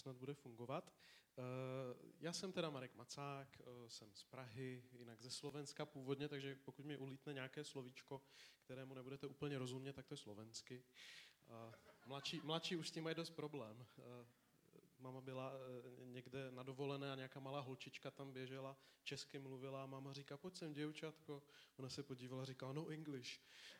snad bude fungovat. Já jsem teda Marek Macák, jsem z Prahy, jinak ze Slovenska původně, takže pokud mi ulítne nějaké slovíčko, kterému nebudete úplně rozumět, tak to je slovensky. Mladší už s tím mají dost problém. Máma byla někde na dovolené a nějaká malá holčička tam běžela, česky mluvila a máma říká, pojď sem, děvčátko. Ona se podívala a říkala, no English.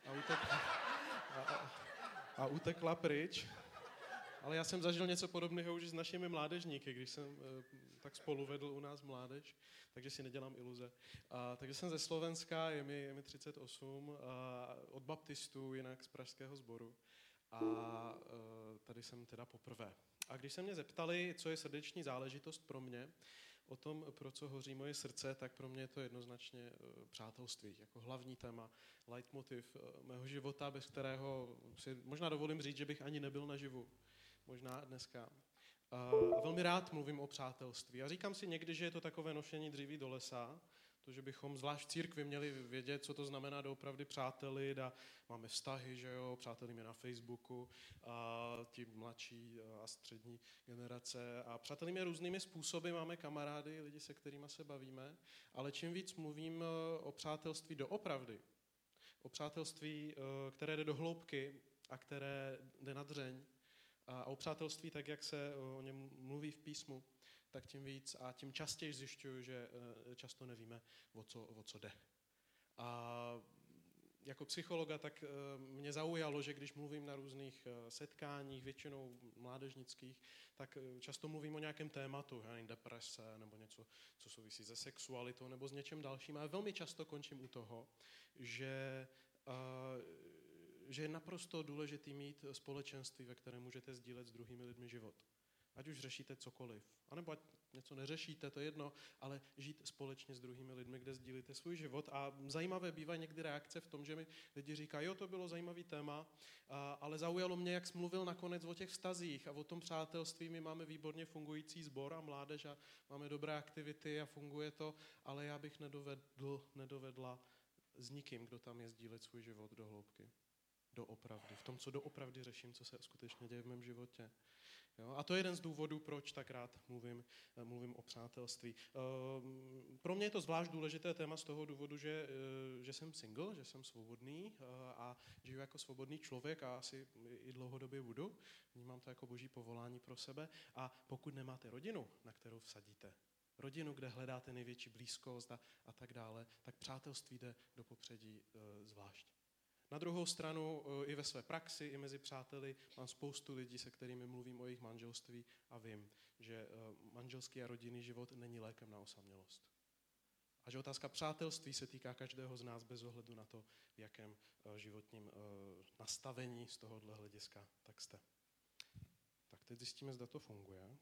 A utekla pryč. Ale já jsem zažil něco podobného už s našimi mládežníky, když jsem tak spolu vedl u nás mládež, takže si nedělám iluze. Takže jsem ze Slovenska, je mi 38, od baptistů, jinak z pražského sboru. A tady jsem teda poprvé. A když se mě zeptali, co je srdeční záležitost pro mě, o tom, pro co hoří moje srdce, tak pro mě je to jednoznačně přátelství, jako hlavní téma, leitmotiv mého života, bez kterého si možná dovolím říct, že bych ani nebyl naživu. Možná dneska. A velmi rád mluvím o přátelství. A říkám si někdy, že je to takové nošení dříví do lesa, to, že bychom zvlášť v církvi měli vědět, co to znamená doopravdy přátelit a máme vztahy, že jo, přátelíme na Facebooku, a ti mladší a střední generace a přátelíme různými způsoby, máme kamarády, lidi, se kterými se bavíme, ale čím víc mluvím o přátelství doopravdy, o přátelství, které jde do hloubky a které jde na dřeň, a o přátelství, tak jak se o něm mluví v písmu, tak tím víc a tím častěji zjišťuju, že často nevíme, o co jde. A jako psychologa tak mě zaujalo, že když mluvím na různých setkáních, většinou mládežnických, tak často mluvím o nějakém tématu, deprese nebo něco, co souvisí se sexualitou nebo s něčím dalším, ale velmi často končím u toho, že je naprosto důležitý mít společenství, ve kterém můžete sdílet s druhými lidmi život. Ať už řešíte cokoliv, anebo ať něco neřešíte, to je jedno, ale žít společně s druhými lidmi, kde sdílíte svůj život. A zajímavé bývají někdy reakce v tom, že mi lidi říkají, jo, to bylo zajímavý téma, ale zaujalo mě, jak jsi mluvil nakonec o těch vztazích a o tom přátelství. My máme výborně fungující sbor a mládež a máme dobré aktivity a funguje to, ale já bych nedovedla s nikým, kdo tam je, sdílet svůj život do hloubky. Doopravdy, v tom, co doopravdy řeším, co se skutečně děje v mém životě. Jo? A to je jeden z důvodů, proč tak rád mluvím o přátelství. Pro mě je to zvlášť důležité téma z toho důvodu, že jsem single, že jsem svobodný a žiju jako svobodný člověk a asi i dlouhodobě budu. Vnímám to jako boží povolání pro sebe. A pokud nemáte rodinu, na kterou vsadíte, rodinu, kde hledáte největší blízkost a tak dále, tak přátelství jde do popředí zvlášť. Na druhou stranu i ve své praxi, i mezi přáteli mám spoustu lidí, se kterými mluvím o jejich manželství a vím, že manželský a rodinný život není lékem na osamělost. A že otázka přátelství se týká každého z nás bez ohledu na to, v jakém životním nastavení z tohohle hlediska tak jste. Tak teď zjistíme, zda to funguje.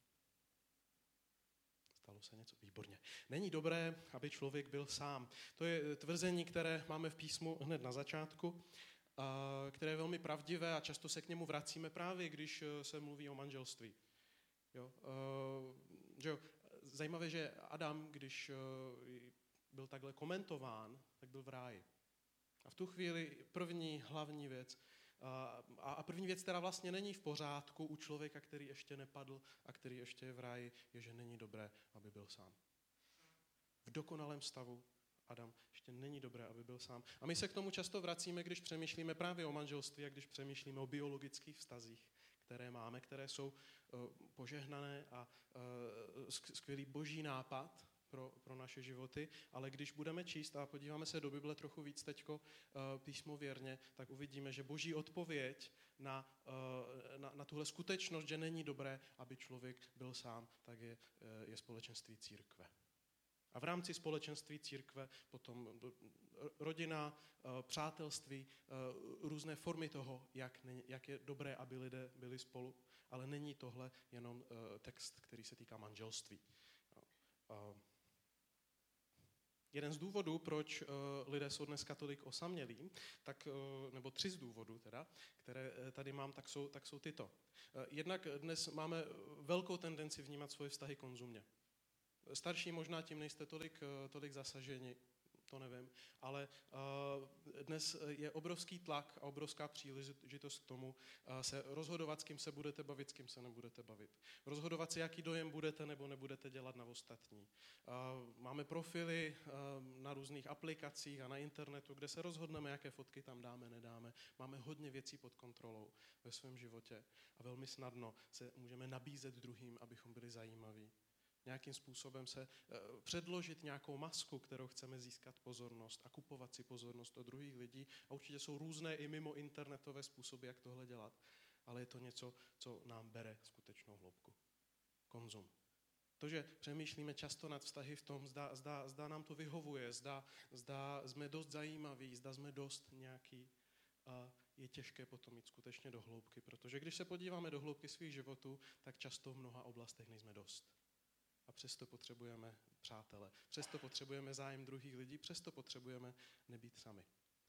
Stalo se něco výborně. Není dobré, aby člověk byl sám. To je tvrzení, které máme v písmu hned na začátku, které je velmi pravdivé a často se k němu vracíme právě, když se mluví o manželství. Jo? Zajímavé, že Adam, když byl takhle komentován, tak byl v ráji. A v tu chvíli první hlavní věc, a první věc, která vlastně není v pořádku u člověka, který ještě nepadl a který ještě je v ráji, je, že není dobré, aby byl sám. V dokonalém stavu Adam ještě není dobré, aby byl sám. A my se k tomu často vracíme, když přemýšlíme právě o manželství a když přemýšlíme o biologických vztazích, které máme, které jsou požehnané a skvělý boží nápad pro naše životy, ale když budeme číst a podíváme se do Bible trochu víc teďko písmověrně, tak uvidíme, že boží odpověď na tuhle skutečnost, že není dobré, aby člověk byl sám, tak je společenství církve. A v rámci společenství církve potom rodina, přátelství, různé formy toho, jak je dobré, aby lidé byli spolu, ale není tohle jenom text, který se týká manželství. Jeden z důvodů, proč lidé jsou dneska tolik osamělí, nebo 3 z důvodů, které tady mám, tak jsou tyto. Jednak dnes máme velkou tendenci vnímat svoje vztahy konzumně. Starší možná tím nejste tolik zasaženi to nevím, ale dnes je obrovský tlak a obrovská příležitost k tomu se rozhodovat, s kým se budete bavit, s kým se nebudete bavit. Rozhodovat se, jaký dojem budete nebo nebudete dělat na ostatní. Máme profily na různých aplikacích a na internetu, kde se rozhodneme, jaké fotky tam dáme, nedáme. Máme hodně věcí pod kontrolou ve svém životě a velmi snadno se můžeme nabízet druhým, abychom byli zajímaví. Nějakým způsobem se předložit nějakou masku, kterou chceme získat pozornost a kupovat si pozornost od druhých lidí. A určitě jsou různé i mimo internetové způsoby, jak tohle dělat. Ale je to něco, co nám bere skutečnou hloubku. Konzum. To, že přemýšlíme často nad vztahy v tom, zda nám to vyhovuje, zda jsme dost zajímaví, zda jsme dost nějaký, je těžké potom mít skutečně do hloubky. Protože když se podíváme do hloubky svých životů, tak často v mnoha oblastech nejsme dost. A přesto potřebujeme přátele, přesto potřebujeme zájem druhých lidí, přesto potřebujeme nebýt sami.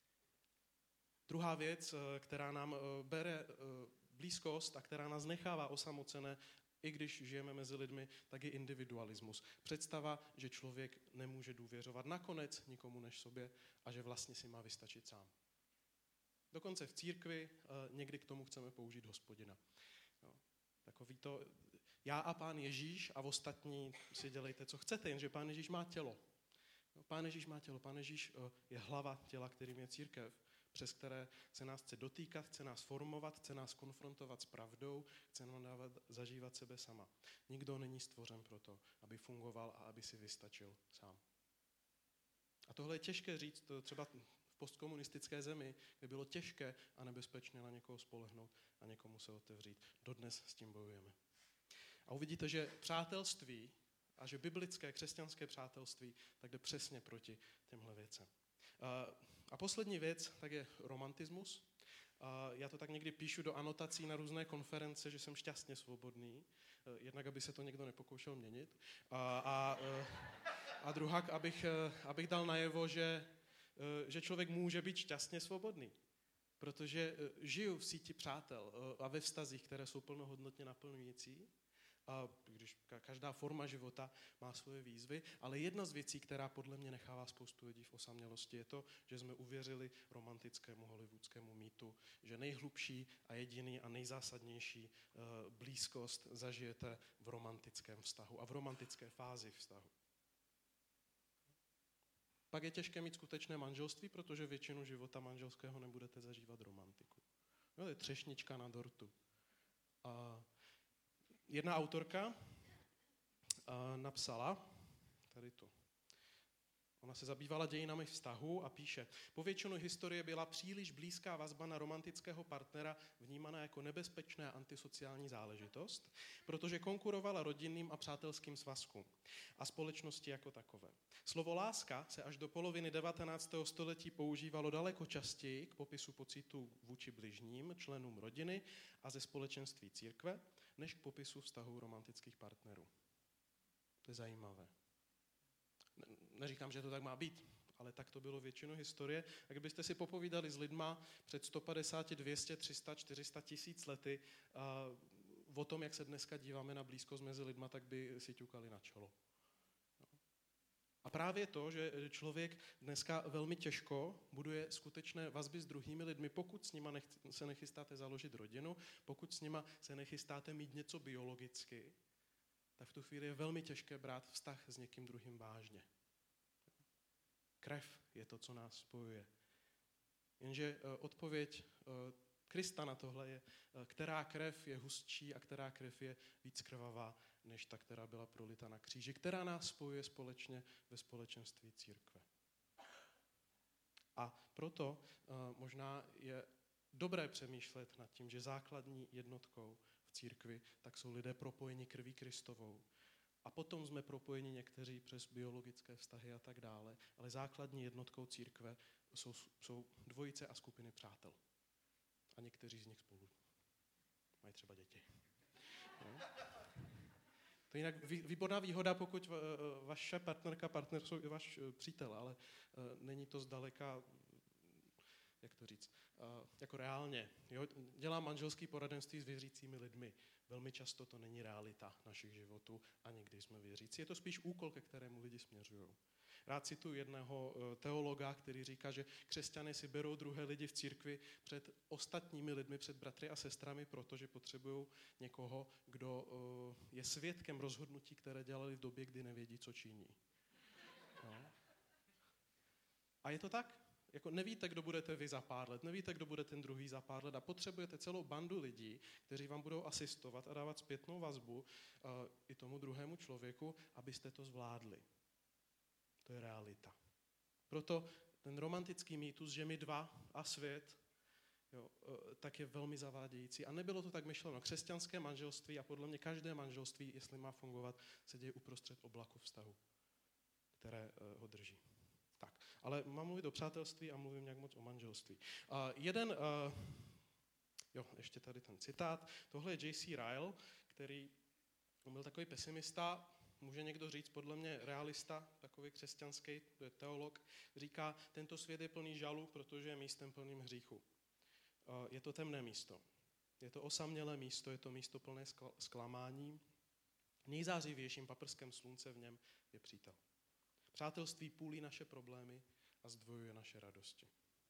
Druhá věc, která nám bere blízkost a která nás nechává osamocené, i když žijeme mezi lidmi, tak je individualismus. Představa, že člověk nemůže důvěřovat nakonec nikomu než sobě a že vlastně si má vystačit sám. Dokonce v církvi někdy k tomu chceme použít Hospodina. Takový to, já a Pán Ježíš a ostatní si dělejte, co chcete, jenže Pán Ježíš má tělo. Pán Ježíš má tělo, Pán Ježíš je hlava těla, kterým je církev, přes které se nás chce dotýkat, chce nás formovat, chce nás konfrontovat s pravdou, chce nám dávat zažívat sebe sama. Nikdo není stvořen proto, aby fungoval a aby si vystačil sám. A tohle je těžké říct třeba v postkomunistické zemi, kde bylo těžké a nebezpečné na někoho spolehnout a někomu se otevřít. Dodnes s tím bojujeme. A uvidíte, že přátelství a že biblické křesťanské přátelství tak jde přesně proti těmhle věcem. A poslední věc, tak je romantismus. Já to tak někdy píšu do anotací na různé konference, že jsem šťastně svobodný, jednak aby se to někdo nepokoušel měnit. A druhak, abych dal najevo, že člověk může být šťastně svobodný. Protože žiju v síti přátel a ve vztazích, které jsou plnohodnotně naplňující. A když každá forma života má svoje výzvy, ale jedna z věcí, která podle mě nechává spoustu lidí v osamělosti, je to, že jsme uvěřili romantickému hollywoodskému mýtu, že nejhlubší a jediný a nejzásadnější blízkost zažijete v romantickém vztahu a v romantické fázi vztahu. Pak je těžké mít skutečné manželství, protože většinu života manželského nebudete zažívat romantiku. No, to je třešnička na dortu. Jedna autorka napsala, tady to, ona se zabývala dějinami vztahu a píše, po většinu historie byla příliš blízká vazba na romantického partnera vnímaná jako nebezpečná antisociální záležitost, protože konkurovala rodinným a přátelským svazkům a společnosti jako takové. Slovo láska se až do poloviny 19. století používalo daleko častěji k popisu pocitu vůči bližním, členům rodiny a ze společenství církve, než k popisu vztahu romantických partnerů. To je zajímavé. Neříkám, že to tak má být, ale tak to bylo většinu historie. A kdybyste si popovídali s lidma před 150, 200, 300, 400 tisíc lety o tom, jak se dneska díváme na blízkost mezi lidma, tak by si ťukali na čelo. A právě to, že člověk dneska velmi těžko buduje skutečné vazby s druhými lidmi, pokud s nima se nechystáte založit rodinu, pokud s nima se nechystáte mít něco biologicky, tak v tu chvíli je velmi těžké brát vztah s někým druhým vážně. Krev je to, co nás spojuje. Jenže odpověď Krista na tohle je, která krev je hustší a která krev je víc krvavá, než ta, která byla prolita na kříži, která nás spojuje společně ve společenství církve. A proto možná je dobré přemýšlet nad tím, že základní jednotkou v církvi tak jsou lidé propojeni krví Kristovou. A potom jsme propojeni někteří přes biologické vztahy a tak dále, ale základní jednotkou církve jsou dvojice a skupiny přátel. A někteří z nich spolu mají třeba děti. No. To je jinak výborná výhoda, pokud vaše partnerka, partner jsou i váš přítel, ale není to zdaleka jak to říct, jako reálně. Jo? Dělám manželský poradenství s věřícími lidmi. Velmi často to není realita našich životů, ani když jsme věřící. Je to spíš úkol, ke kterému lidi směřují. Rád cituji jednoho teologa, který říká, že křesťané si berou druhé lidi v církvi před ostatními lidmi, před bratry a sestrami, protože potřebují někoho, kdo je svědkem rozhodnutí, které dělali v době, kdy nevědí, co činí. No. A je to tak? Jako nevíte, kdo budete vy za pár let, nevíte, kdo bude ten druhý za pár let a potřebujete celou bandu lidí, kteří vám budou asistovat a dávat zpětnou vazbu i tomu druhému člověku, abyste to zvládli. To je realita. Proto ten romantický mýtus, že my dva a svět, jo, tak je velmi zavádějící. A nebylo to tak myšleno. Křesťanské manželství a podle mě každé manželství, jestli má fungovat, se děje uprostřed oblaku vztahu, které ho drží. Tak, ale mám mluvit o přátelství a mluvím nějak moc o manželství. Ještě tady ten citát. Tohle je J.C. Ryle, který byl takový pesimista, může někdo říct, podle mě realista, takový křesťanský teolog, říká, tento svět je plný žalu, protože je místem plným hříchu. Je to temné místo. Je to osamělé místo, je to místo plné zklamání. Nejzářivějším paprskem slunce v něm je přítel. Přátelství půlí naše problémy a zdvojuje naše radosti.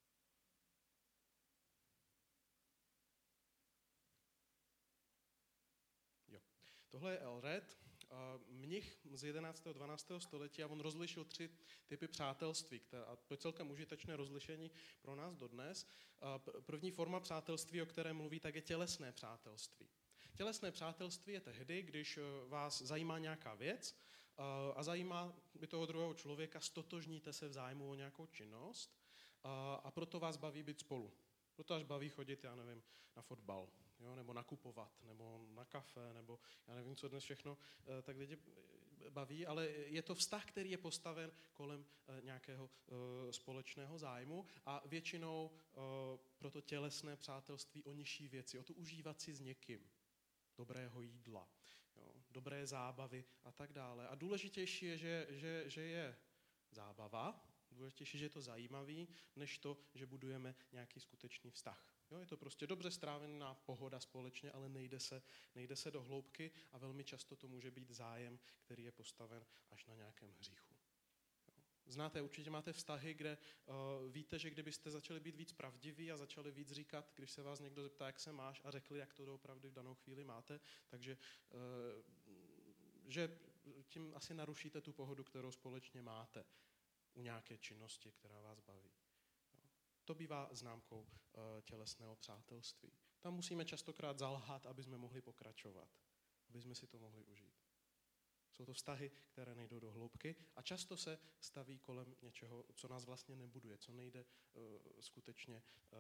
Jo. Tohle je Elred, mnich z 11. a 12. století a on rozlišil 3 typy přátelství. A to je celkem užitečné rozlišení pro nás dodnes. První forma přátelství, o které mluví, tak je tělesné přátelství. Tělesné přátelství je tehdy, když vás zajímá nějaká věc a zajímá by toho druhého člověka, stotožníte se v zájmu o nějakou činnost a proto vás baví být spolu. Proto až baví chodit, já nevím, na fotbal, jo, nebo nakupovat, nebo na kafe, nebo já nevím, co dnes všechno tak lidi baví, ale je to vztah, který je postaven kolem nějakého společného zájmu a většinou pro to tělesné přátelství o nižší věci, o to užívat si s někým dobrého jídla, jo, dobré zábavy a tak dále. A důležitější je, že je zábava, důležitější, že je to zajímavý, než to, že budujeme nějaký skutečný vztah. Jo, je to prostě dobře strávená pohoda společně, ale nejde se do hloubky a velmi často to může být zájem, který je postaven až na nějakém hříchu. Jo. Znáte, určitě máte vztahy, kde víte, že kdybyste začali být víc pravdiví a začali víc říkat, když se vás někdo zeptá, jak se máš a řekli, jak to doopravdy v danou chvíli máte, takže že tím asi narušíte tu pohodu, kterou společně máte u nějaké činnosti, která vás baví. To bývá známkou tělesného přátelství. Tam musíme častokrát zalhat, aby jsme mohli pokračovat, aby jsme si to mohli užít. Jsou to vztahy, které nejdou do hloubky a často se staví kolem něčeho, co nás vlastně nebuduje, co nejde skutečně,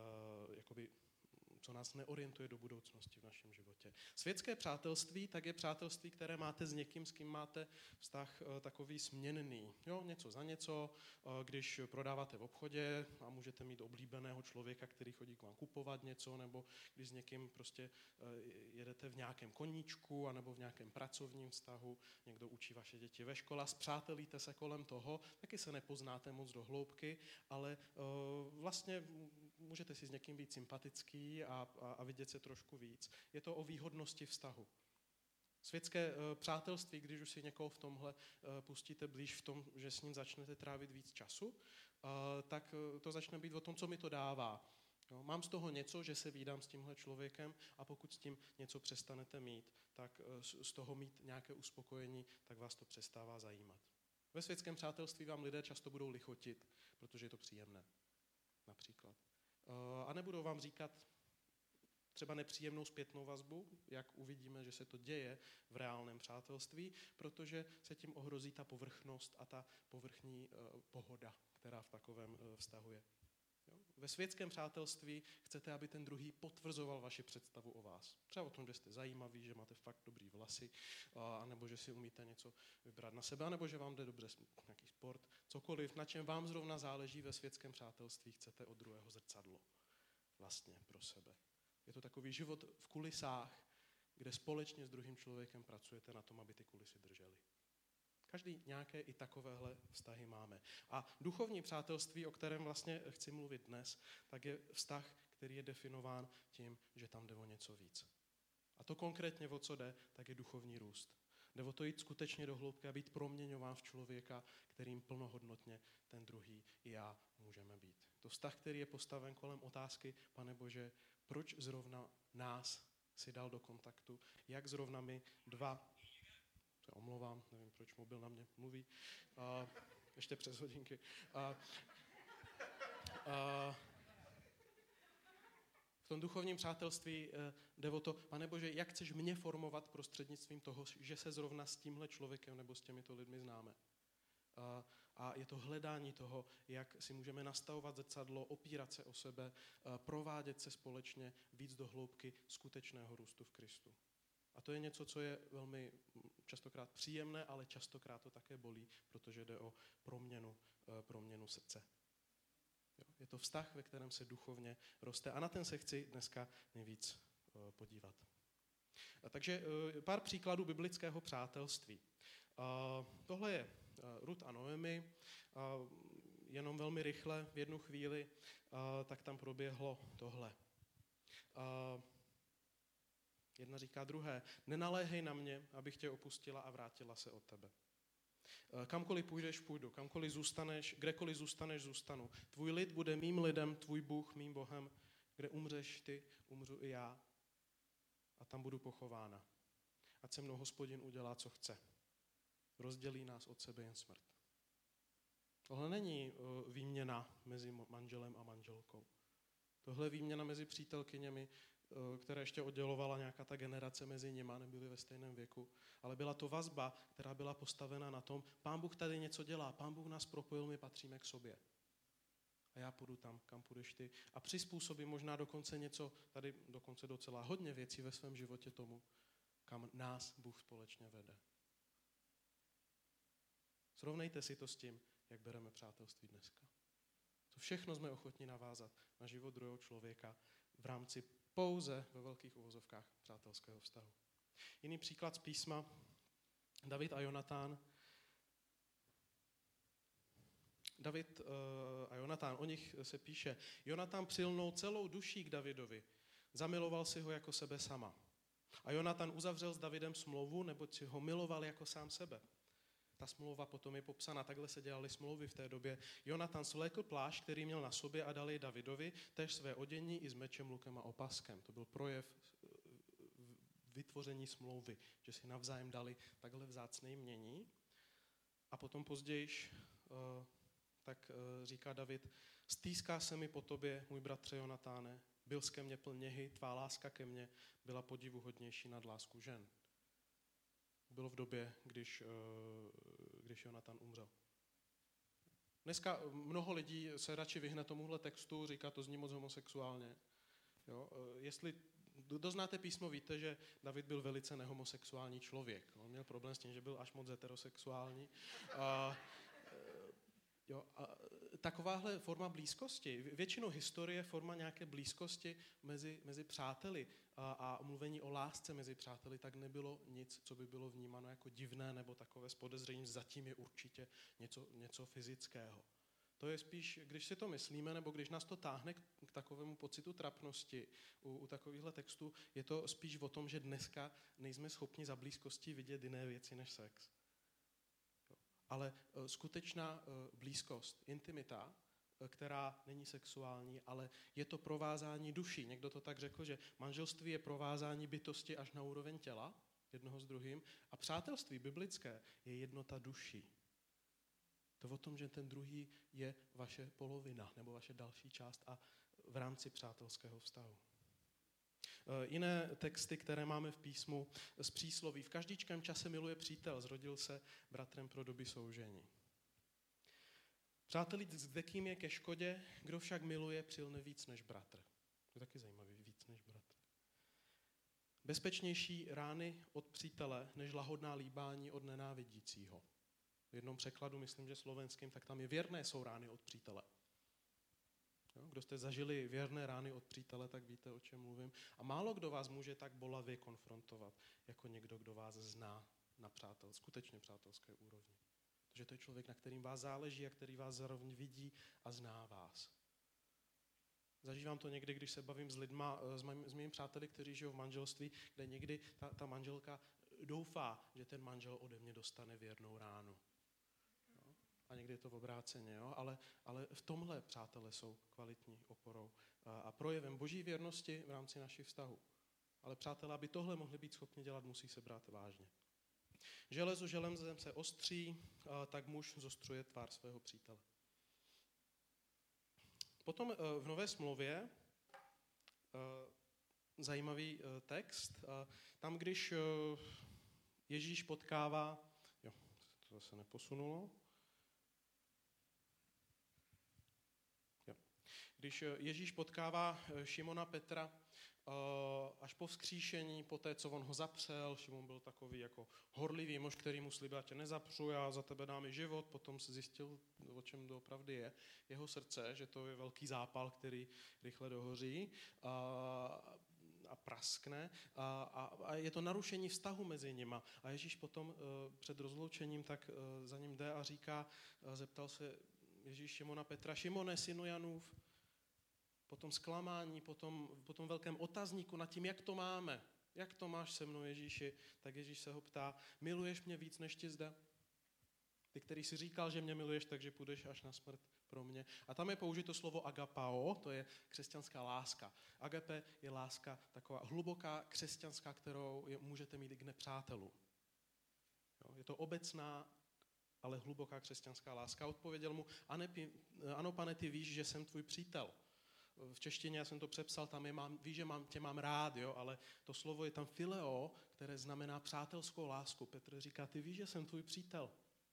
co nás neorientuje do budoucnosti v našem životě. Světské přátelství, tak je přátelství, které máte s někým, s kým máte vztah takový směnný. Jo, něco za něco, když prodáváte v obchodě a můžete mít oblíbeného člověka, který chodí k vám kupovat něco, nebo když s někým prostě jedete v nějakém koníčku, anebo v nějakém pracovním vztahu, někdo učí vaše děti ve škole, spřátelíte se kolem toho, taky se nepoznáte moc do hloubky, ale vlastně můžete si s někým být sympatický a vidět se trošku víc. Je to o výhodnosti vztahu. Světské přátelství, když už si někoho v tomhle pustíte blíž v tom, že s ním začnete trávit víc času, tak to začne být o tom, co mi to dává. Jo, mám z toho něco, že se vídám s tímhle člověkem a pokud s tím něco přestanete mít, tak z toho mít nějaké uspokojení, tak vás to přestává zajímat. Ve světském přátelství vám lidé často budou lichotit, protože je to příjemné. Například. A nebudou vám říkat třeba nepříjemnou zpětnou vazbu, jak uvidíme, že se to děje v reálném přátelství, protože se tím ohrozí ta povrchnost a ta povrchní pohoda, která v takovém vztahu je. Jo? Ve světském přátelství chcete, aby ten druhý potvrzoval vaši představu o vás. Třeba o tom, že jste zajímaví, že máte fakt dobrý vlasy, anebo že si umíte něco vybrat na sebe, anebo že vám jde dobře nějaký sport, cokoliv, na čem vám zrovna záleží ve světském přátelství, chcete od druhého zrcadlo vlastně pro sebe. Je to takový život v kulisách, kde společně s druhým člověkem pracujete na tom, aby ty kulisy držely. Každý nějaké i takovéhle vztahy máme. A duchovní přátelství, o kterém vlastně chci mluvit dnes, tak je vztah, který je definován tím, že tam jde o něco víc. A to konkrétně o co jde, tak je duchovní růst. Jde o to jít skutečně do hloubky a být proměňován v člověka, kterým plnohodnotně ten druhý i já můžeme být. To vztah, který je postaven kolem otázky, Pane Bože, proč zrovna nás si dal do kontaktu, jak zrovna my dva, se omlouvám, nevím, proč mobil na mě mluví, ještě přes hodinky. V tom duchovním přátelství jde o to, Pane Bože, jak chceš mě formovat prostřednictvím toho, že se zrovna s tímhle člověkem nebo s těmito lidmi známe. A je to hledání toho, jak si můžeme nastavovat zrcadlo, opírat se o sebe, provádět se společně víc do hloubky skutečného růstu v Kristu. A to je něco, co je velmi častokrát příjemné, ale častokrát to také bolí, protože jde o proměnu srdce. Je to vztah, ve kterém se duchovně roste a na ten se chci dneska nejvíc podívat. Takže pár příkladů biblického přátelství. Tohle je Rut a Noemi, jenom velmi rychle, v jednu chvíli, tak tam proběhlo tohle. Jedna říká druhé, nenaléhej na mě, abych tě opustila a vrátila se od tebe. Kamkoliv půjdeš, půjdu, kamkoliv zůstaneš, kdekoliv zůstaneš, zůstanu. Tvůj lid bude mým lidem, tvůj Bůh mým Bohem, kde umřeš ty, umřu i já. A tam budu pochována. Ať se mnou Hospodin udělá, co chce. Rozdělí nás od sebe jen smrt. Tohle není výměna mezi manželem a manželkou. Tohle je výměna mezi přítelkyněmi, které ještě oddělovala nějaká ta generace mezi nima, nebyli ve stejném věku, ale byla to vazba, která byla postavena na tom, Pán Bůh tady něco dělá, Pán Bůh nás propojil, my patříme k sobě. A já půjdu tam, kam půjdeš ty. A přizpůsobím možná dokonce něco, tady dokonce docela hodně věcí ve svém životě tomu, kam nás Bůh společně vede. Srovnejte si to s tím, jak bereme přátelství dneska. To všechno jsme ochotni navázat na život druhého člověka v rámci pouze ve velkých uvozovkách přátelského vztahu. Jiný příklad z písma, David a Jonatán. David a Jonatán, o nich se píše, Jonatán přilnul celou duší k Davidovi, zamiloval si ho jako sebe sama. A Jonatán uzavřel s Davidem smlouvu, neboť si ho miloval jako sám sebe. Ta smlouva potom je popsaná, takhle se dělaly smlouvy v té době. Jonatán svlékl plášť, který měl na sobě a dal jej Davidovi, též své odění i s mečem, lukem a opaskem. To byl projev vytvoření smlouvy, že si navzájem dali takhle vzácné jmění. A potom později tak říká David, stýská se mi po tobě, můj bratře Jonatáne, byl jsi ke mně pln něhy, tvá láska ke mně byla podivuhodnější nad lásku žen. Bylo v době, když Jonatán umřel. Dneska mnoho lidí se radši vyhne tomuhle textu, říká, to zní moc homosexuálně. Jo? Jestli doznáte písmo, víte, že David byl velice nehomosexuální člověk. On měl problém s tím, že byl až moc heterosexuální. Takováhle forma blízkosti, většinou historie forma nějaké blízkosti mezi přáteli a mluvení o lásce mezi přáteli, tak nebylo nic, co by bylo vnímáno jako divné nebo takové s podezřením, zatím je určitě něco fyzického. To je spíš, když si to myslíme, nebo když nás to táhne k takovému pocitu trapnosti u takovýchhle textů, je to spíš o tom, že dneska nejsme schopni za blízkostí vidět jiné věci než sex. Ale skutečná blízkost, intimita, která není sexuální, ale je to provázání duší. Někdo to tak řekl, že manželství je provázání bytosti až na úroveň těla, jednoho s druhým, a přátelství biblické je jednota duší. To o tom, že ten druhý je vaše polovina nebo vaše další část a v rámci přátelského vztahu. Jiné texty, které máme v písmu z přísloví. V každýčkém čase miluje přítel, zrodil se bratrem pro doby soužení. Přáteli, s kdekým je ke škodě, kdo však miluje, přilne víc než bratr. To je taky zajímavý, víc než bratr. Bezpečnější rány od přítele, než lahodná líbání od nenávidícího. V jednom překladu, myslím, že slovenským, tak tam je věrné jsou rány od přítele. Kdo jste zažili věrné rány od přítele, tak víte, o čem mluvím. A málo kdo vás může tak bolavě konfrontovat, jako někdo, kdo vás zná na skutečně přátelské úrovni. Protože to je člověk, na kterým vás záleží a který vás zároveň vidí a zná vás. Zažívám to někdy, když se bavím s lidma, s mými přáteli, kteří žijou v manželství, kde někdy ta manželka doufá, že ten manžel ode mě dostane věrnou ránu. Jo? A někdy je to v obráceně, jo? Ale v tomhle přátelé jsou kvalitní oporou a projevem boží věrnosti v rámci našich vztahů. Ale přátelé, aby tohle mohli být schopni dělat, musí se brát vážně. Železo železem se ostří, tak muž zostřuje tvář svého přítele. Potom v Nové smlouvě zajímavý text, tam když Ježíš potkává, to se neposunulo, když Ježíš potkává Šimona Petra až po vzkříšení, po té, co on ho zapřel, Šimon byl takový jako horlivý muž, který mu slíbil, tě nezapřu, já za tebe dám i život, potom se zjistil, o čem doopravdy je jeho srdce, že to je velký zápal, který rychle dohoří a praskne a je to narušení vztahu mezi nima. A Ježíš potom před rozloučením tak za ním jde a říká, zeptal se Ježíš Šimona Petra, Šimone, synu Janův, po tom zklamání, po tom velkém otazníku nad tím, jak to máme, jak to máš se mnou, Ježíši, tak Ježíš se ho ptá, miluješ mě víc, než ti zde? Ty, který si říkal, že mě miluješ, takže půjdeš až na smrt pro mě. A tam je použito slovo agapao, to je křesťanská láska. Agape je láska taková hluboká křesťanská, kterou můžete mít i k nepřátelu. Je to obecná, ale hluboká křesťanská láska. Odpověděl mu, ano, pane, ty víš, že jsem tvůj přítel. V češtině já jsem to přepsal, tam víš, že tě mám rád, jo, ale to slovo je tam fileo, které znamená přátelskou lásku. Petr říká, ty víš, že jsem tvůj přítel.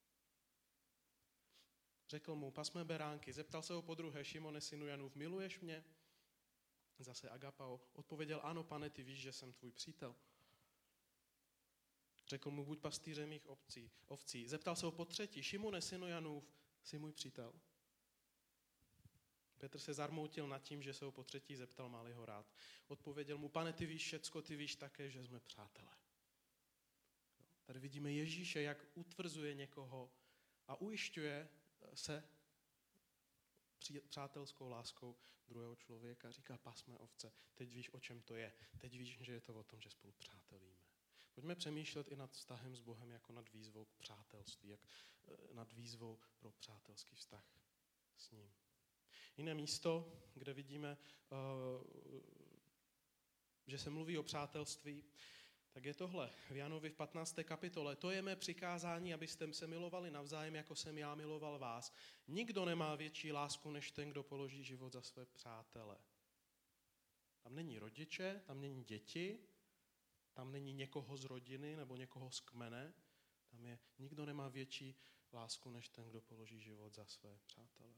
Řekl mu, pas mé beránky, zeptal se ho podruhé, Šimone, synu Janův, miluješ mě? Zase agapao, odpověděl, ano, pane, ty víš, že jsem tvůj přítel. Řekl mu, buď pastýřem mých ovcí. Zeptal se ho potřetí, Šimone, synu Janův, jsi můj přítel? Petr se zarmoutil nad tím, že se ho potřetí zeptal, má-li ho rád. Odpověděl mu, pane, ty víš všecko, ty víš také, že jsme přátelé. Tady vidíme Ježíše, jak utvrzuje někoho a ujišťuje se přátelskou láskou druhého člověka. Říká, pas mé ovce, teď víš, o čem to je. Teď víš, že je to o tom, že spolu přátelíme. Pojďme přemýšlet i nad vztahem s Bohem jako nad výzvou k přátelství, jak nad výzvou pro přátelský vztah s ním. Jiné místo, kde vidíme, že se mluví o přátelství, tak je tohle. V Janovi v 15. kapitole. To je mé přikázání, abyste se milovali navzájem, jako jsem já miloval vás. Nikdo nemá větší lásku, než ten, kdo položí život za své přátele. Tam není rodiče, tam není děti, tam není někoho z rodiny nebo někoho z kmene. Tam je, nikdo nemá větší lásku, než ten, kdo položí život za své přátele.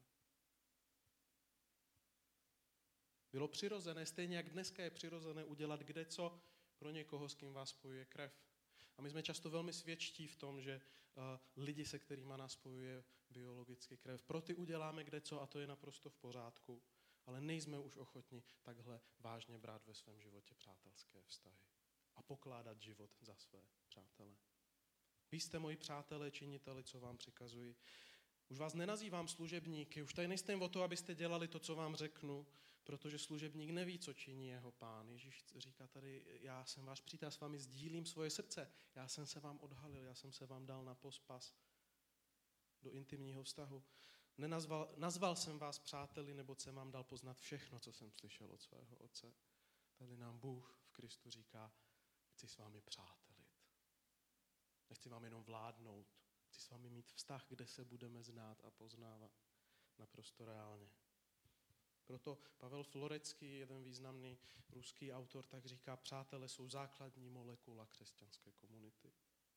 Bylo přirozené, stejně jak dneska je přirozené udělat kdeco pro někoho, s kým vás spojuje krev. A my jsme často velmi svědčtí v tom, že lidi, se kterými nás spojuje biologicky krev, pro ty uděláme kdeco a to je naprosto v pořádku, ale nejsme už ochotni takhle vážně brát ve svém životě přátelské vztahy a pokládat život za své přátele. Vy jste moji přátelé, činiteli, co vám přikazuji. Už vás nenazývám služebníky, už tady nejste o to, abyste dělali to, co vám řeknu, protože služebník neví, co činí jeho pán. Ježíš říká tady, já jsem váš přítel, s vámi sdílím svoje srdce, já jsem se vám odhalil, já jsem se vám dal na pospas do intimního vztahu. Nazval jsem vás přáteli, neboť jsem vám dal poznat všechno, co jsem slyšel od svého otce. Tady nám Bůh v Kristu říká, chci s vámi přátelit. Nechci vám jenom vládnout, chci s vámi mít vztah, kde se budeme znát a poznávat naprosto reálně. Proto Pavel Florecký, jeden významný ruský autor, tak říká, přátelé jsou základní molekula křesťanské komunity.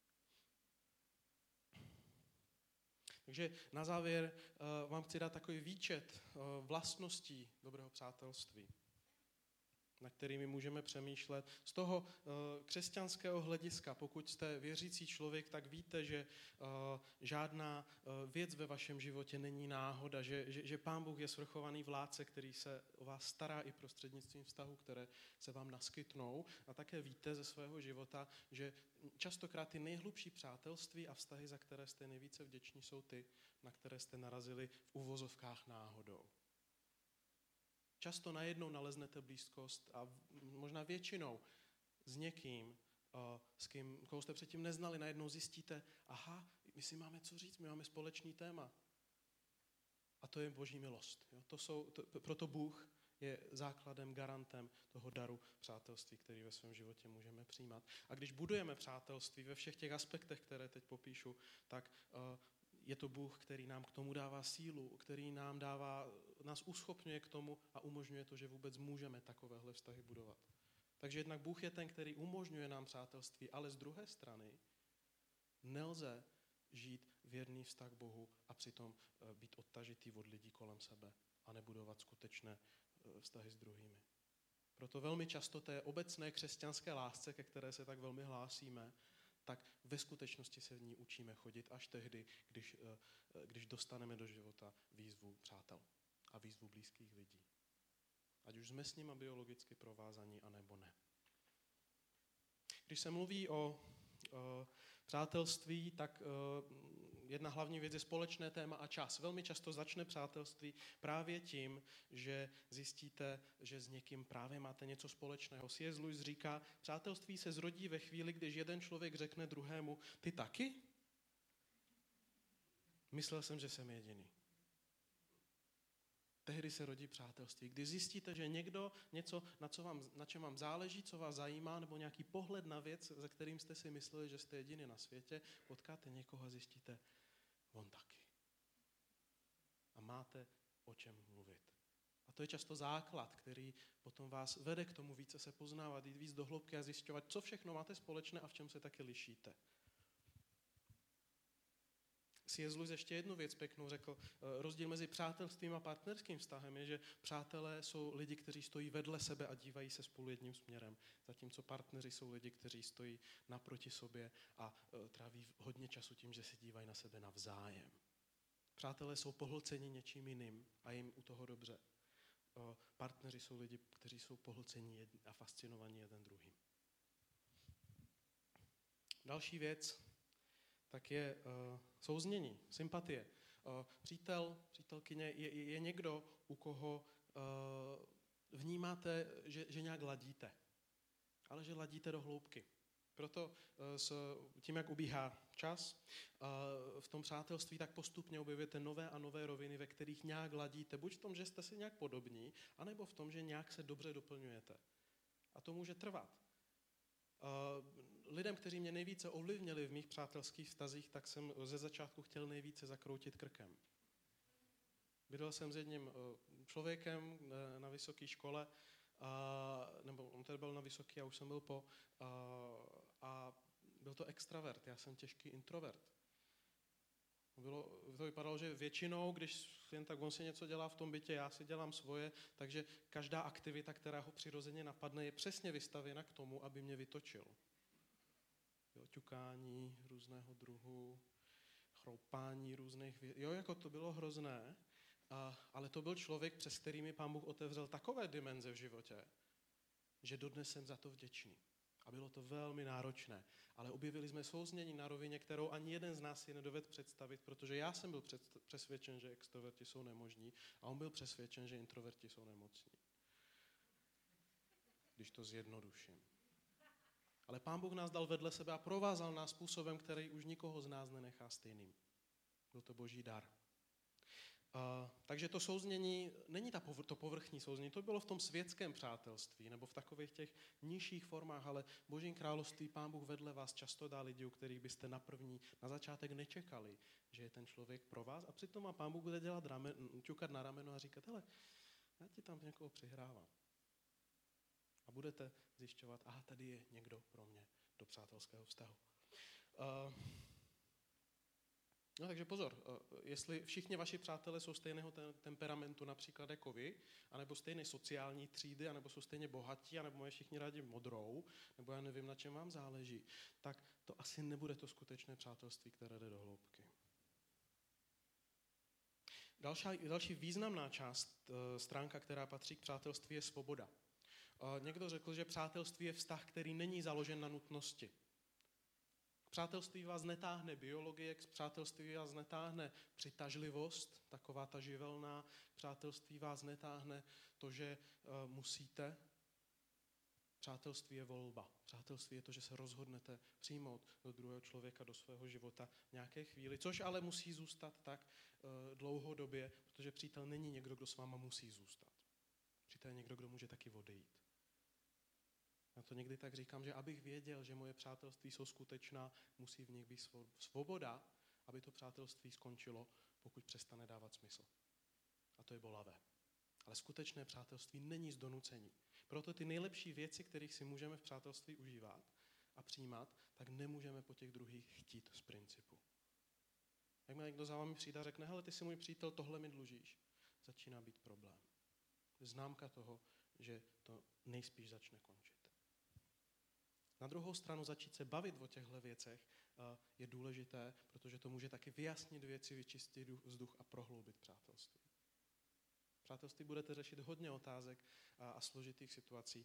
Takže na závěr vám chci dát takový výčet vlastností dobrého přátelství. na kterými můžeme přemýšlet. Z toho křesťanského hlediska, pokud jste věřící člověk, tak víte, že žádná věc ve vašem životě není náhoda, že Pán Bůh je svrchovaný vládce, který se o vás stará i prostřednictvím vztahů, které se vám naskytnou. A také víte ze svého života, že častokrát ty nejhlubší přátelství a vztahy, za které jste nejvíce vděční, jsou ty, na které jste narazili v uvozovkách náhodou. Často najednou naleznete blízkost a možná většinou s někým, koho jste předtím neznali, najednou zjistíte, aha, my si máme co říct, my máme společný téma. A to je Boží milost. Jo? Proto Bůh je základem, garantem toho daru přátelství, který ve svém životě můžeme přijímat. A když budujeme přátelství ve všech těch aspektech, které teď popíšu, tak je to Bůh, který nám k tomu dává sílu, který nás uschopňuje k tomu a umožňuje to, že vůbec můžeme takovéhle vztahy budovat. Takže jednak Bůh je ten, který umožňuje nám přátelství, ale z druhé strany nelze žít věrný vztah Bohu a přitom být odtažitý od lidí kolem sebe a nebudovat skutečné vztahy s druhými. Proto velmi často té obecné křesťanské lásce, ke které se tak velmi hlásíme, tak ve skutečnosti se v ní učíme chodit až tehdy, když dostaneme do života výzvu přátel a výzvu blízkých lidí. Ať už jsme s nimi biologicky provázaní, anebo ne. Když se mluví o přátelství, tak jedna hlavní věc je společné téma a čas. Velmi často začne přátelství právě tím, že zjistíte, že s někým právě máte něco společného. C.S. Lewis říká, přátelství se zrodí ve chvíli, když jeden člověk řekne druhému, ty taky? Myslel jsem, že jsem jediný. Tehdy se rodí přátelství. Když zjistíte, že někdo něco, na čem vám záleží, co vás zajímá, nebo nějaký pohled na věc, za kterým jste si mysleli, že jste jediný na světě, potkáte někoho a zjistíte, on taky. A máte o čem mluvit. A to je často základ, který potom vás vede k tomu více se poznávat, jít víc do hloubky a zjišťovat, co všechno máte společné a v čem se taky lišíte. C.S. Lewis ještě jednu věc pěknou řekl. Rozdíl mezi přátelstvím a partnerským vztahem je, že přátelé jsou lidi, kteří stojí vedle sebe a dívají se spolu jedním směrem, zatímco partneři jsou lidi, kteří stojí naproti sobě a tráví hodně času tím, že se dívají na sebe navzájem. Přátelé jsou pohlceni něčím jiným a jim u toho dobře. Partneři jsou lidi, kteří jsou pohlceni a fascinovaní jeden druhým. Další věc tak je souznění, sympatie. Přítelkyně je někdo, u koho vnímáte, že nějak ladíte, ale že ladíte do hloubky. Proto tím, jak ubíhá čas v tom přátelství, tak postupně objevujete nové a nové roviny, ve kterých nějak ladíte. Buď v tom, že jste si nějak podobní, anebo v tom, že nějak se dobře doplňujete. A to může trvat. Lidem, kteří mě nejvíce ovlivnili v mých přátelských vztazích, tak jsem ze začátku chtěl nejvíce zakroutit krkem. Bydlel jsem s jedním člověkem na vysoké škole, nebo on tedy byl na vysoký, já už jsem byl po, a byl to extravert, já jsem těžký introvert. To vypadalo, že většinou, když jen tak on si něco dělá v tom bytě, já si dělám svoje, takže každá aktivita, která ho přirozeně napadne, je přesně vystavěna k tomu, aby mě vytočil. Ťukání různého druhu, chroupání různých věcí. Jako to bylo hrozné, ale to byl člověk, přes který mi Pán Bůh otevřel takové dimenze v životě, že dodnes jsem za to vděčný. A bylo to velmi náročné. Ale objevili jsme souznění na rovině, kterou ani jeden z nás si nedovedl představit, protože já jsem byl přesvědčen, že extroverti jsou nemožní a on byl přesvědčen, že introverti jsou nemocní. Když to zjednoduším. Ale Pán Bůh nás dal vedle sebe a provázal nás způsobem, který už nikoho z nás nenechá stejným. Byl to Boží dar. Takže to souznění není to povrchní souznění, to bylo v tom světském přátelství nebo v takových těch nižších formách, ale v Božím království Pán Bůh vedle vás často dá lidi, u kterých byste na začátek nečekali, že je ten člověk pro vás a přitom a Pán Bůh bude dělat ťukat na rameno a říkat, hele, já ti tam někoho přihrávám. A budete zjišťovat, aha, tady je někdo pro mě do přátelského vztahu. No takže pozor, jestli všichni vaši přátelé jsou stejného temperamentu například jako vy, anebo stejné sociální třídy, anebo jsou stejně bohatí, anebo mají všichni rádi modrou, nebo já nevím, na čem vám záleží, tak to asi nebude to skutečné přátelství, které jde do hloubky. Další významná stránka, která patří k přátelství, je svoboda. Někdo řekl, že přátelství je vztah, který není založen na nutnosti. K přátelství vás netáhne biologie, k přátelství vás netáhne přitažlivost, taková ta živelná, k přátelství vás netáhne to, že musíte. Přátelství je volba. Přátelství je to, že se rozhodnete přijmout do druhého člověka, do svého života v nějaké chvíli, což ale musí zůstat tak dlouhodobě, protože přítel není někdo, kdo s váma musí zůstat. Přítel je někdo, kdo může taky odejít. Já to někdy tak říkám, že abych věděl, že moje přátelství jsou skutečná, musí v nich být svoboda, aby to přátelství skončilo, pokud přestane dávat smysl. A to je bolavé. Ale skutečné přátelství není z donucení. Proto ty nejlepší věci, kterých si můžeme v přátelství užívat a přijímat, tak nemůžeme po těch druhých chtít z principu. Jakmile někdo za vámi přijde a řekne, hele, ty jsi můj přítel, tohle mi dlužíš, začíná být problém. Známka toho, že to nejspíš začne končit. Na druhou stranu začít se bavit o těchto věcech je důležité, protože to může taky vyjasnit věci, vyčistit vzduch a prohloubit přátelství. V přátelství budete řešit hodně otázek a složitých situací,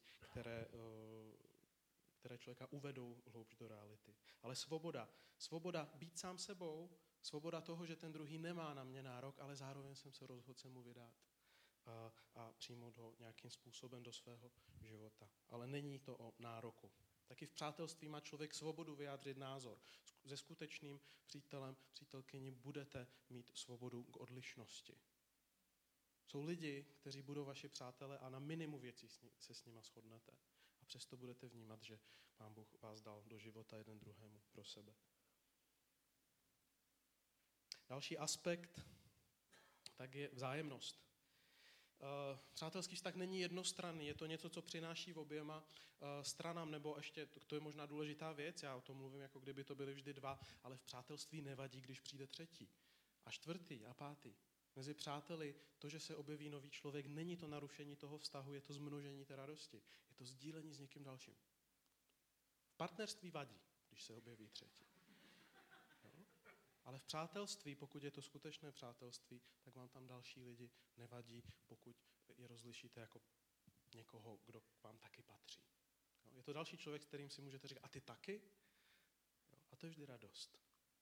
které člověka uvedou hloubš do reality. Ale svoboda být sám sebou, svoboda toho, že ten druhý nemá na mě nárok, ale zároveň jsem se rozhodl se mu vydat a přijmout ho nějakým způsobem do svého života. Ale není to o nároku. Taky v přátelství má člověk svobodu vyjádřit názor. Se skutečným přítelem, přítelkyní budete mít svobodu k odlišnosti. Jsou lidi, kteří budou vaši přátelé a na minimum věcí se s nima shodnete. A přesto budete vnímat, že Pán Bůh vás dal do života jeden druhému pro sebe. Další aspekt tak je vzájemnost. Přátelský vztah není jednostranný, je to něco, co přináší v oběma stranám, nebo ještě, to je možná důležitá věc, já o tom mluvím, jako kdyby to byly vždy dva, ale v přátelství nevadí, když přijde třetí a čtvrtý a pátý. Mezi přáteli to, že se objeví nový člověk, není to narušení toho vztahu, je to zmnožení té radosti, je to sdílení s někým dalším. V partnerství vadí, když se objeví třetí. Ale v přátelství, pokud je to skutečné přátelství, tak vám tam další lidi nevadí, pokud je rozlišíte jako někoho, kdo k vám taky patří. Je to další člověk, s kterým si můžete říkat, a ty taky? A to je vždy radost.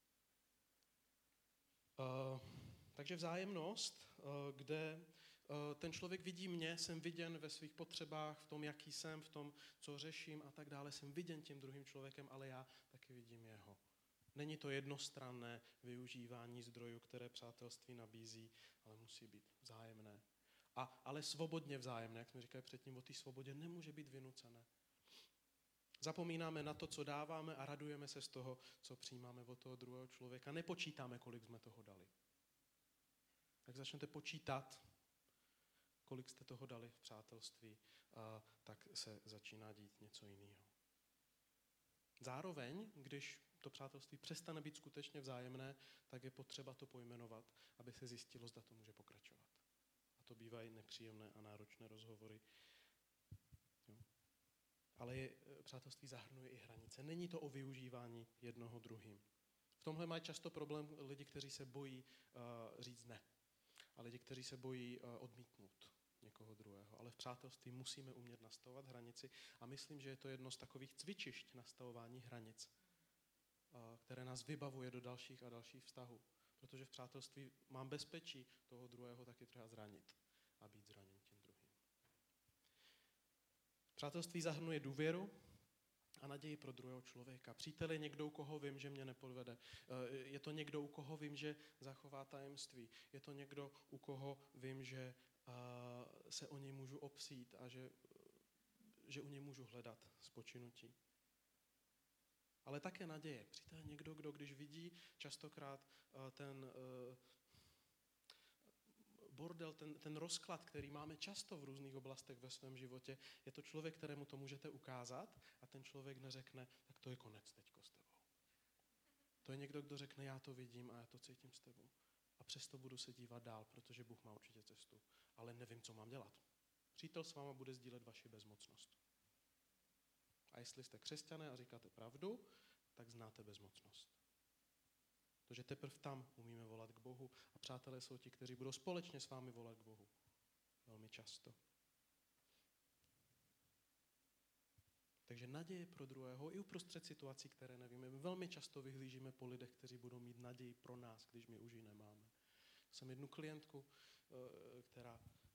Takže vzájemnost, kde ten člověk vidí mě, jsem viděn ve svých potřebách, v tom, jaký jsem, v tom, co řeším a tak dále, jsem viděn tím druhým člověkem, ale já taky vidím jeho. Není to jednostranné využívání zdrojů, které přátelství nabízí, ale musí být vzájemné. Ale svobodně vzájemné, jak jsme říkali předtím, o té svobodě nemůže být vynucené. Zapomínáme na to, co dáváme a radujeme se z toho, co přijímáme od toho druhého člověka. Nepočítáme, kolik jsme toho dali. Jak začnete počítat, kolik jste toho dali v přátelství, tak se začíná dít něco jiného. Zároveň, když to přátelství přestane být skutečně vzájemné, tak je potřeba to pojmenovat, aby se zjistilo, zda to může pokračovat. A to bývají nepříjemné a náročné rozhovory. Jo. Ale přátelství zahrnuje i hranice. Není to o využívání jednoho druhým. V tomhle mají často problém lidi, kteří se bojí říct ne. A lidi, kteří se bojí odmítnout někoho druhého. Ale v přátelství musíme umět nastavovat hranici a myslím, že je to jedno z takových cvičišť nastavování hranic, které nás vybavuje do dalších a dalších vztahů. Protože v přátelství mám bezpečí toho druhého taky třeba zranit a být zraněn tím druhým. Přátelství zahrnuje důvěru a naději pro druhého člověka. Přítel je někdo, u koho vím, že mě nepodvede. Je to někdo, u koho vím, že zachová tajemství. Je to někdo, u koho vím, že se o něj můžu opřít a že u něj můžu hledat spočinutí. Ale také naděje. Přítel je někdo, kdo když vidí častokrát ten bordel, ten rozklad, který máme často v různých oblastech ve svém životě, je to člověk, kterému to můžete ukázat a ten člověk neřekne, tak to je konec teďko s tebou. To je někdo, kdo řekne, já to vidím a já to cítím s tebou. A přesto budu se dívat dál, protože Bůh má určitě cestu. Ale nevím, co mám dělat. Přítel s váma bude sdílet vaši bezmocnost. A jestli jste křesťané a říkáte pravdu, tak znáte bezmocnost. Protože teprve tam umíme volat k Bohu a přátelé jsou ti, kteří budou společně s vámi volat k Bohu. Velmi často. Takže naděje pro druhého i uprostřed situací, které nevíme. My velmi často vyhlížíme po lidech, kteří budou mít naději pro nás, když my už ji nemáme. Jsem jednu klientku, která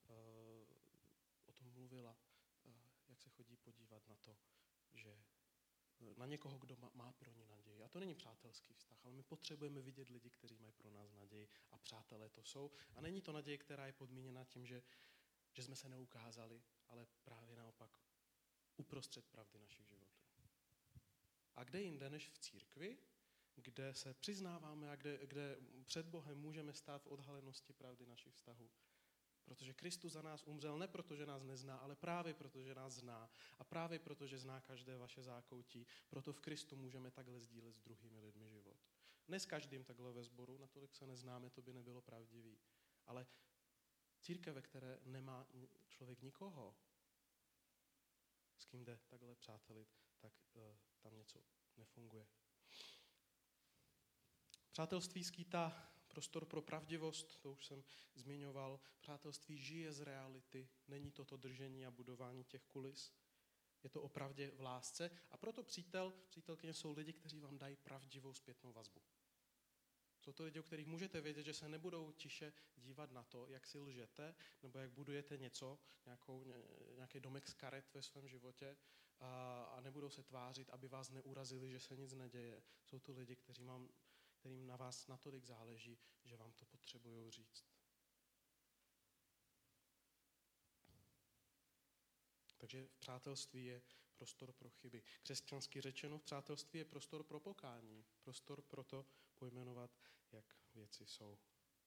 o tom mluvila, jak se chodí podívat na to, že na někoho, kdo má pro ní naději. A to není přátelský vztah, ale my potřebujeme vidět lidi, kteří mají pro nás naději a přátelé to jsou. A není to naděje, která je podmíněna tím, že jsme se neukázali, ale právě naopak uprostřed pravdy našich životů. A kde jinde než v církvi, kde se přiznáváme a kde před Bohem můžeme stát v odhalenosti pravdy našich vztahů. Protože Kristus za nás umřel ne proto, že nás nezná, ale právě proto, že nás zná. A právě proto, že zná každé vaše zákoutí. Proto v Kristu můžeme takhle sdílet s druhými lidmi život. Ne s každým takhle ve sboru, natolik se neznáme, to by nebylo pravdivý. Ale církev, ve které nemá člověk nikoho, s kým jde takhle přátelit, tak tam něco nefunguje. Přátelství skýtá prostor pro pravdivost, to už jsem zmiňoval. Přátelství žije z reality, není toto držení a budování těch kulis. Je to o pravdě v lásce a proto přítelkyně jsou lidi, kteří vám dají pravdivou zpětnou vazbu. Jsou to lidi, o kterých můžete vědět, že se nebudou tiše dívat na to, jak si lžete, nebo jak budujete něco, nějaký domek z karet ve svém životě a nebudou se tvářit, aby vás neurazili, že se nic neděje. Jsou to lidi, kterým na vás natolik záleží, že vám to potřebují říct. Takže v přátelství je prostor pro chyby. Křesťansky řečeno, v přátelství je prostor pro pokání. Prostor pro to pojmenovat, jak věci jsou.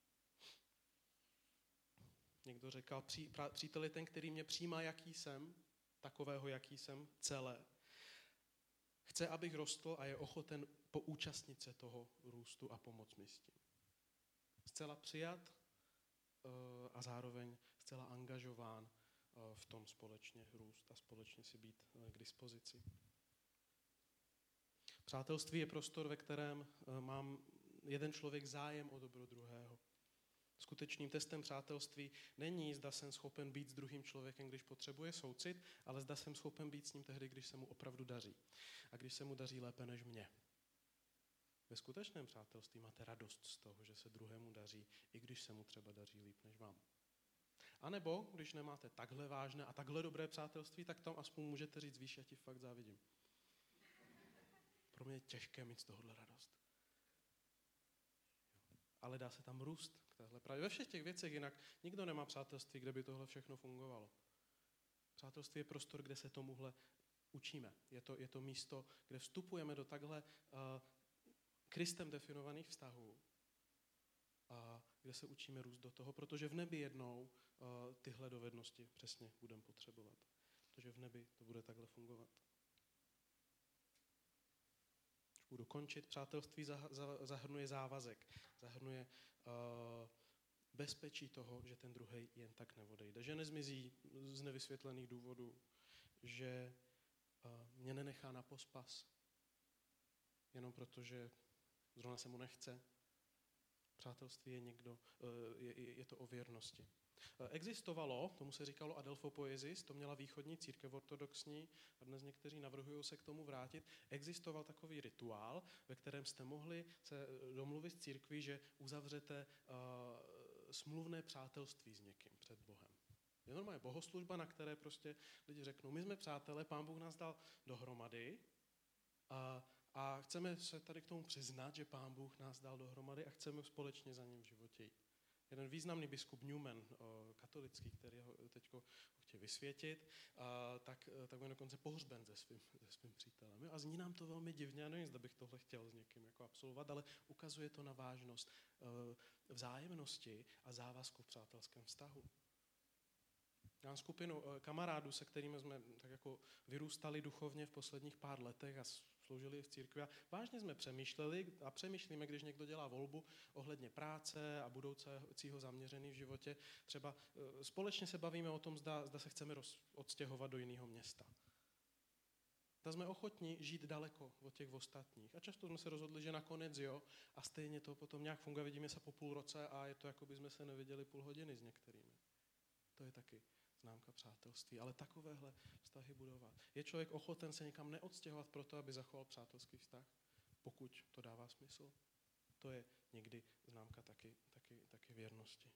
Někdo říkal, přítel je ten, který mě přijímá, jaký jsem, takového, jaký jsem, celé. Chce, abych rostl a je ochoten poúčastnit se toho růstu a pomoct mi s tím. Zcela přijat a zároveň zcela angažován v tom společně růst a společně si být k dispozici. Přátelství je prostor, ve kterém mám jeden člověk zájem o dobro druhého. Skutečným testem přátelství není, zda jsem schopen být s druhým člověkem, když potřebuje soucit, ale zda jsem schopen být s ním tehdy, když se mu opravdu daří. A když se mu daří lépe než mně. Ve skutečném přátelství máte radost z toho, že se druhému daří, i když se mu třeba daří líp než vám. A nebo, když nemáte takhle vážné a takhle dobré přátelství, tak tam aspoň můžete říct, víš, já ti fakt závidím. Pro mě je těžké mít z tohohle radost. Ale dá se tam růst k téhle právě ve všech těch věcech, jinak nikdo nemá přátelství, kde by tohle všechno fungovalo. Přátelství je prostor, kde se tomuhle učíme. Je to místo, kde vstupujeme do takhle Kristem definovaných vztahů, kde se učíme růst do toho, protože v nebi jednou tyhle dovednosti přesně budeme potřebovat. Protože v nebi to bude takhle fungovat. Budu končit. Přátelství zahrnuje závazek, zahrnuje bezpečí toho, že ten druhej jen tak neodejde, že nezmizí z nevysvětlených důvodů, že mě nenechá na pospas, jenom protože zrovna se mu nechce. Přátelství je to o věrnosti. Existovalo, tomu se říkalo adelfopoiesis, to měla východní církev ortodoxní a dnes někteří navrhují se k tomu vrátit. Existoval takový rituál, ve kterém jste mohli se domluvit s církví, že uzavřete smluvné přátelství s někým před Bohem. Je normálně bohoslužba, na které prostě lidi řeknou, my jsme přátelé, Pán Bůh nás dal dohromady a chceme se tady k tomu přiznat, že Pán Bůh nás dal dohromady a chceme společně za ním v životě jít. Jeden významný biskup Newman, katolický, který ho teď chtěl vysvětit, tak byl dokonce pohřben se svým přítelem. A zní nám to velmi divně, já nevím, zda bych tohle chtěl s někým jako absolvovat, ale ukazuje to na vážnost vzájemnosti a závazku v přátelském vztahu. Já mám skupinu kamarádů, se kterými jsme tak jako vyrůstali duchovně v posledních pár letech a sloužili v církvi. A vážně jsme přemýšleli a přemýšlíme, když někdo dělá volbu ohledně práce a budoucího zaměření v životě. Třeba společně se bavíme o tom, zda se chceme odstěhovat do jiného města. Zda jsme ochotní žít daleko od těch ostatních. A často jsme se rozhodli, že nakonec jo, a stejně to potom nějak funguje. Vidíme se po půl roce a je to, jako by jsme se neviděli půl hodiny s některými. To je taky známka přátelství. Ale takovéhle vztahy budovat. Je člověk ochoten se někam neodstěhovat proto, aby zachoval přátelský vztah? Pokud to dává smysl. To je někdy známka taky věrnosti.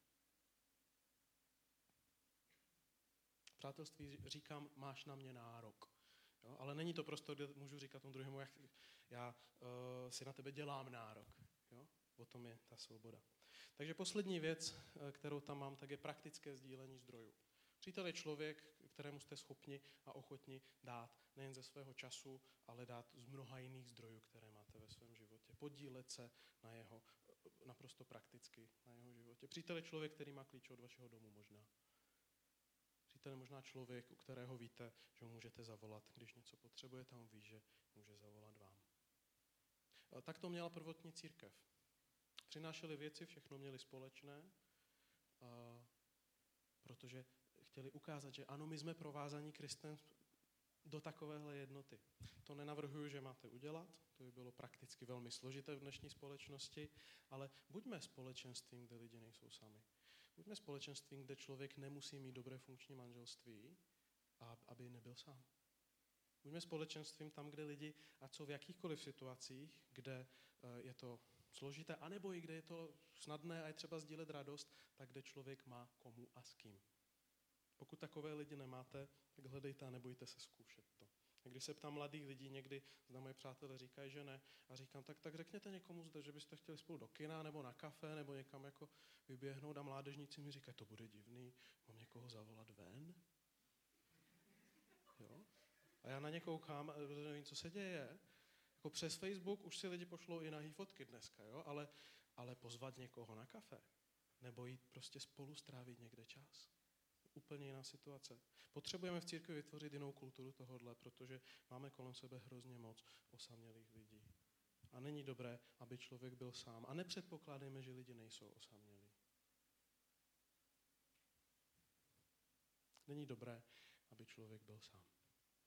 Přátelství říkám, máš na mě nárok. Jo? Ale není to prostor, kde můžu říkat tomu druhému, já si na tebe dělám nárok. Jo? O tom je ta svoboda. Takže poslední věc, kterou tam mám, tak je praktické sdílení zdrojů. Přítel je člověk, kterému jste schopni a ochotni dát nejen ze svého času, ale dát z mnoha jiných zdrojů, které máte ve svém životě. Podílet se na jeho, naprosto prakticky na jeho životě. Přítel je člověk, který má klíč od vašeho domu možná. Přítel je možná člověk, u kterého víte, že mu můžete zavolat, když něco potřebujete, a on ví, že může zavolat vám. Tak to měla prvotní církev. Přinášeli věci, všechno měli společné, protože chtěli ukázat, že ano, my jsme provázaní Kristem do takovéhle jednoty. To nenavrhuju, že máte udělat, to by bylo prakticky velmi složité v dnešní společnosti, ale buďme společenstvím, kde lidi nejsou sami. Buďme společenstvím, kde člověk nemusí mít dobré funkční manželství, aby nebyl sám. Buďme společenstvím tam, kde lidi, ať jsou v jakýchkoliv situacích, kde je to složité, anebo i kde je to snadné a je třeba sdílet radost, tak kde člověk má komu a s kým. Pokud takové lidi nemáte, tak hledejte a nebojte se zkoušet to. A když se ptám mladých lidí, někdy zda moji přátelé říkají, že ne, a říkám, tak řekněte někomu zde, že byste chtěli spolu do kina, nebo na kafe, nebo někam jako vyběhnout, a mládežníci mi říkají, to bude divný, mám někoho zavolat ven? Jo? A já na ně koukám, nevím, co se děje. Jako přes Facebook už si lidi pošlou i nahý fotky dneska, jo? Ale pozvat někoho na kafe, nebo jít prostě spolu strávit někde čas. Úplně jiná situace. Potřebujeme v církvi vytvořit jinou kulturu tohodle, protože máme kolem sebe hrozně moc osamělých lidí. A není dobré, aby člověk byl sám. A nepředpokládejme, že lidi nejsou osamělí. Není dobré, aby člověk byl sám.